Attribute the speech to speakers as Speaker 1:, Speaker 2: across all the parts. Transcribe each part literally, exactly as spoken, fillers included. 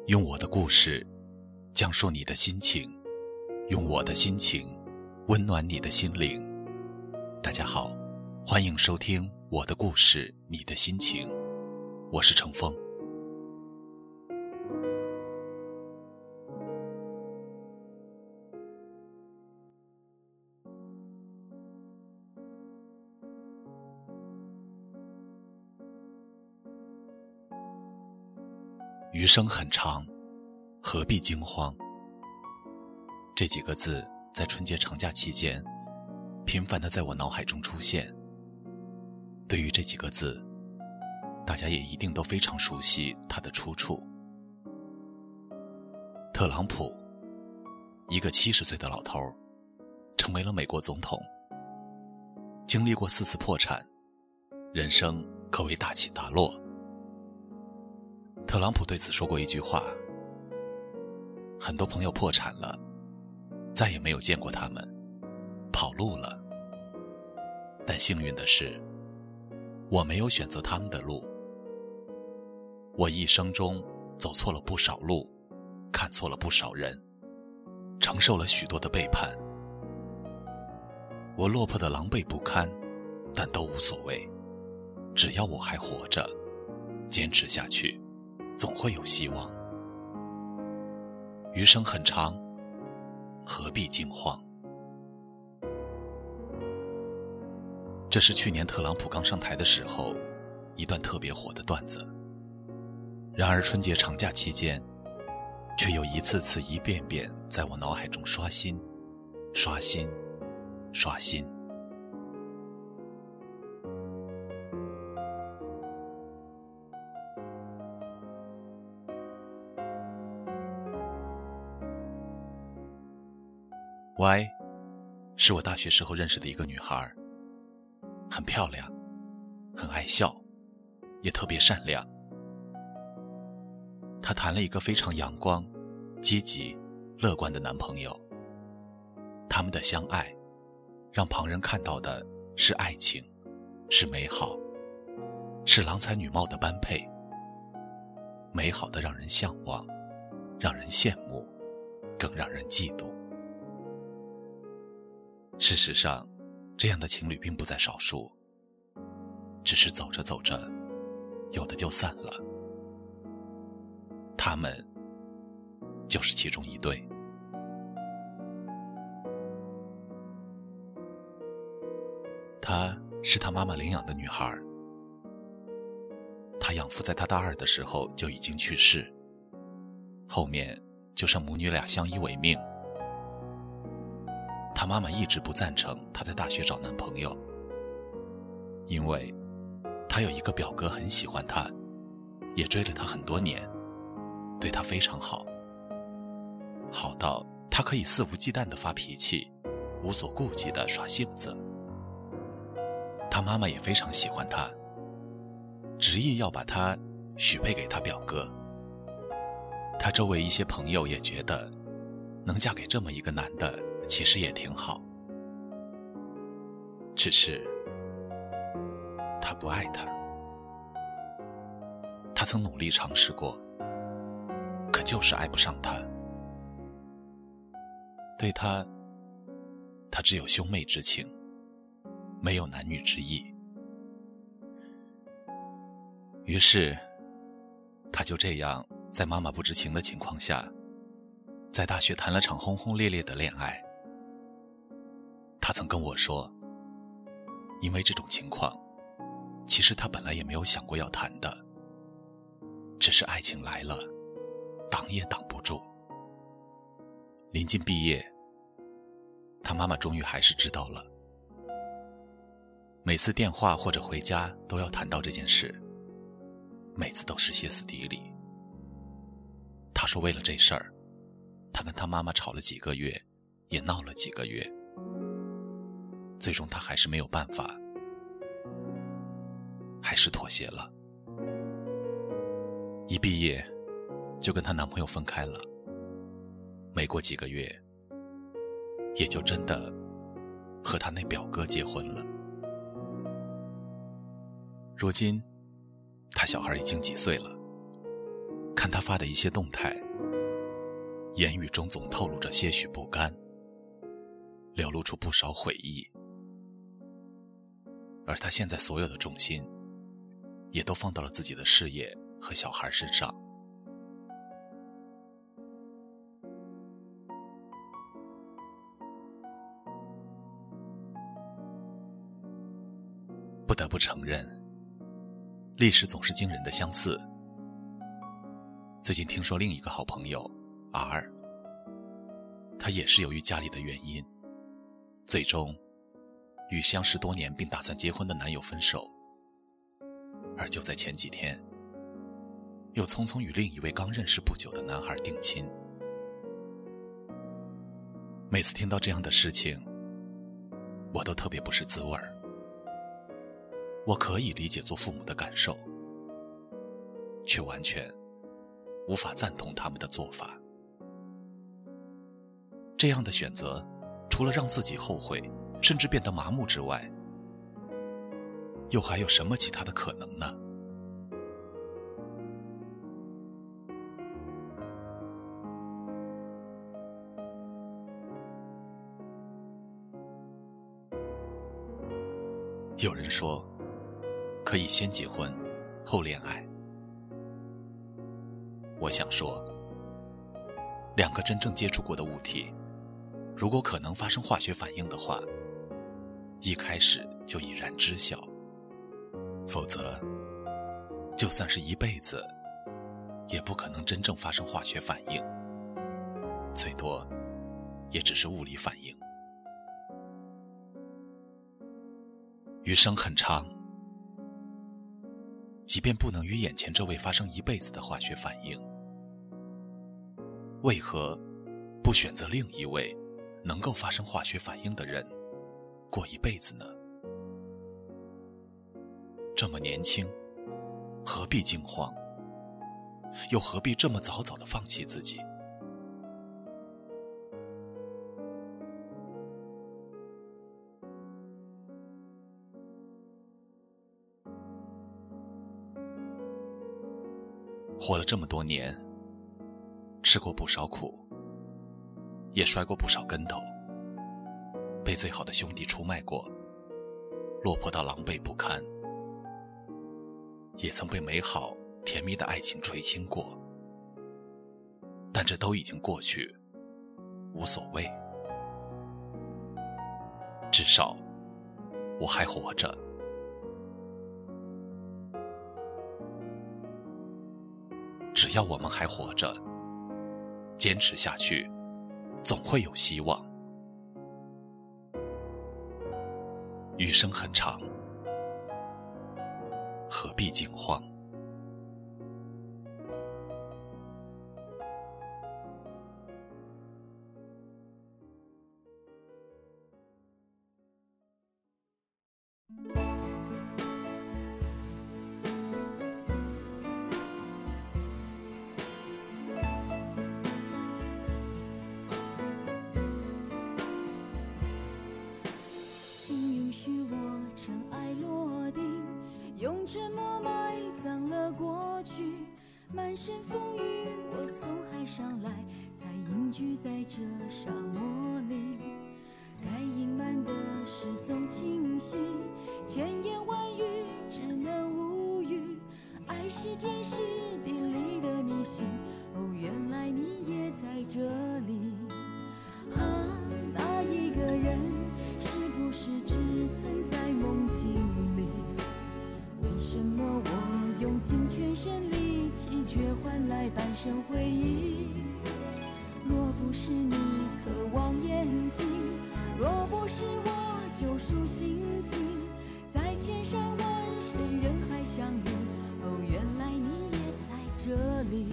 Speaker 1: 用我的故事讲述你的心情，用我的心情温暖你的心灵。大家好，欢迎收听我的故事你的心情，我是程峰。余生很长，何必惊慌？这几个字在春节长假期间频繁地在我脑海中出现。对于这几个字，大家也一定都非常熟悉它的出处。特朗普，一个七十岁的老头，成为了美国总统，经历过四次破产，人生可谓大起大落。特朗普对此说过一句话：很多朋友破产了，再也没有见过他们，跑路了。但幸运的是，我没有选择他们的路。我一生中走错了不少路，看错了不少人，承受了许多的背叛。我落魄的狼狈不堪，但都无所谓，只要我还活着，坚持下去，总会有希望。余生很长，何必惊慌？这是去年特朗普刚上台的时候一段特别火的段子。然而春节长假期间，却又一次次一遍遍在我脑海中刷新刷新刷新。Y 是我大学时候认识的一个女孩，很漂亮，很爱笑，也特别善良。她谈了一个非常阳光、积极、乐观的男朋友。他们的相爱，让旁人看到的是爱情，是美好，是郎才女貌的般配，美好的让人向往，让人羡慕，更让人嫉妒。事实上，这样的情侣并不在少数，只是走着走着，有的就散了。他们就是其中一对。她是她妈妈领养的女孩，她养父在她大二的时候就已经去世，后面就剩母女俩相依为命。她妈妈一直不赞成她在大学找男朋友，因为她有一个表哥很喜欢她，也追了她很多年，对她非常好，好到她可以肆无忌惮地发脾气，无所顾忌地耍性子。她妈妈也非常喜欢她，执意要把她许配给她表哥。她周围一些朋友也觉得，能嫁给这么一个男的其实也挺好，只是他不爱他。他曾努力尝试过，可就是爱不上他。对他，他只有兄妹之情，没有男女之意。于是他就这样在妈妈不知情的情况下，在大学谈了场轰轰烈烈的恋爱。他曾跟我说，因为这种情况，其实他本来也没有想过要谈的，只是爱情来了，挡也挡不住。临近毕业，他妈妈终于还是知道了。每次电话或者回家都要谈到这件事，每次都是歇斯底里。他说为了这事儿，他跟他妈妈吵了几个月，也闹了几个月，最终他还是没有办法，还是妥协了。一毕业就跟她男朋友分开了，没过几个月也就真的和她那表哥结婚了。如今他小孩已经几岁了，看看他发的一些动态，言语中总透露着些许不甘，流露出不少悔意。而他现在所有的重心也都放到了自己的事业和小孩身上。不得不承认，历史总是惊人的相似。最近听说另一个好朋友 R， 他也是由于家里的原因，最终与相识多年并打算结婚的男友分手，而就在前几天，又匆匆与另一位刚认识不久的男孩定亲。每次听到这样的事情，我都特别不是滋味儿。我可以理解做父母的感受，却完全无法赞同他们的做法。这样的选择，除了让自己后悔，甚至变得麻木之外，又还有什么其他的可能呢？有人说，可以先结婚，后恋爱。我想说，两个真正接触过的物体，如果可能发生化学反应的话，一开始就已然知晓，否则就算是一辈子也不可能真正发生化学反应，最多也只是物理反应。余生很长，即便不能与眼前这位发生一辈子的化学反应，为何不选择另一位能够发生化学反应的人过一辈子呢？这么年轻，何必惊慌？又何必这么早早地放弃自己？活了这么多年，吃过不少苦，也摔过不少跟头，被最好的兄弟出卖过，落魄到狼狈不堪，也曾被美好甜蜜的爱情垂青过，但这都已经过去，无所谓。至少我还活着。只要我们还活着，坚持下去，总会有希望。余生很长，何必惊慌？
Speaker 2: 用沉默埋葬了过去，满身风雨，我从海上来，才隐居在这沙漠里。该隐瞒的事总清晰，千言万语只能无语。爱是天时地利的迷信，哦，原来你也在这里。啊，那一个人是不是只存在梦境里？为什么我用尽全身力气，却换来半生回忆？若不是你渴望眼睛，若不是我救赎心情，在千山万水人海相遇，哦，原来你也在这里。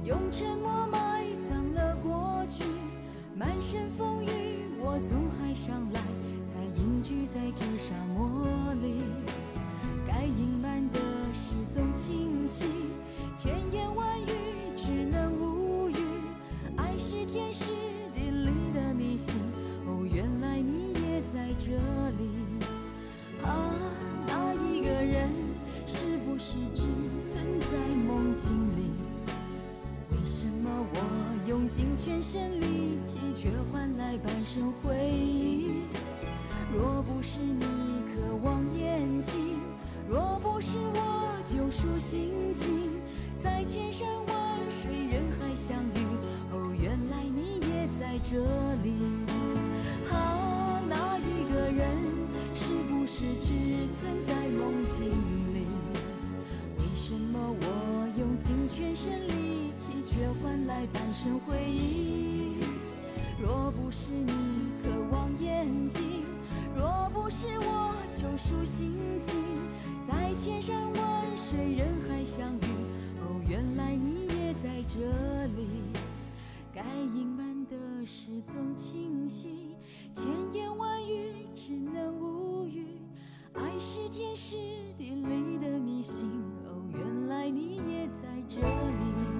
Speaker 2: 用沉默埋葬了过去，满身风雨我从海上来，才隐居在这沙漠里。该隐瞒的事总清晰，千言万语只能无语。爱是天时地利的迷信，哦，原来你也在这里。啊，那一个人是不是只存在梦境里？为什么我用尽全身力气，却换来半生回忆？若不是你渴望眼睛，若不是我救赎心情，在千山万水人海相遇，哦，原来你也在这里。啊，那一个人是不是只存在梦境里？为什么我用尽全身力气，却换来半生回忆？若不是你渴望眼睛，若不是我救赎心情，在千山万水人海相遇，哦，原来你也在这里。该隐瞒的事总清晰，千言万语只能无语。爱是天时地利的迷信，哦，原来你也在这里。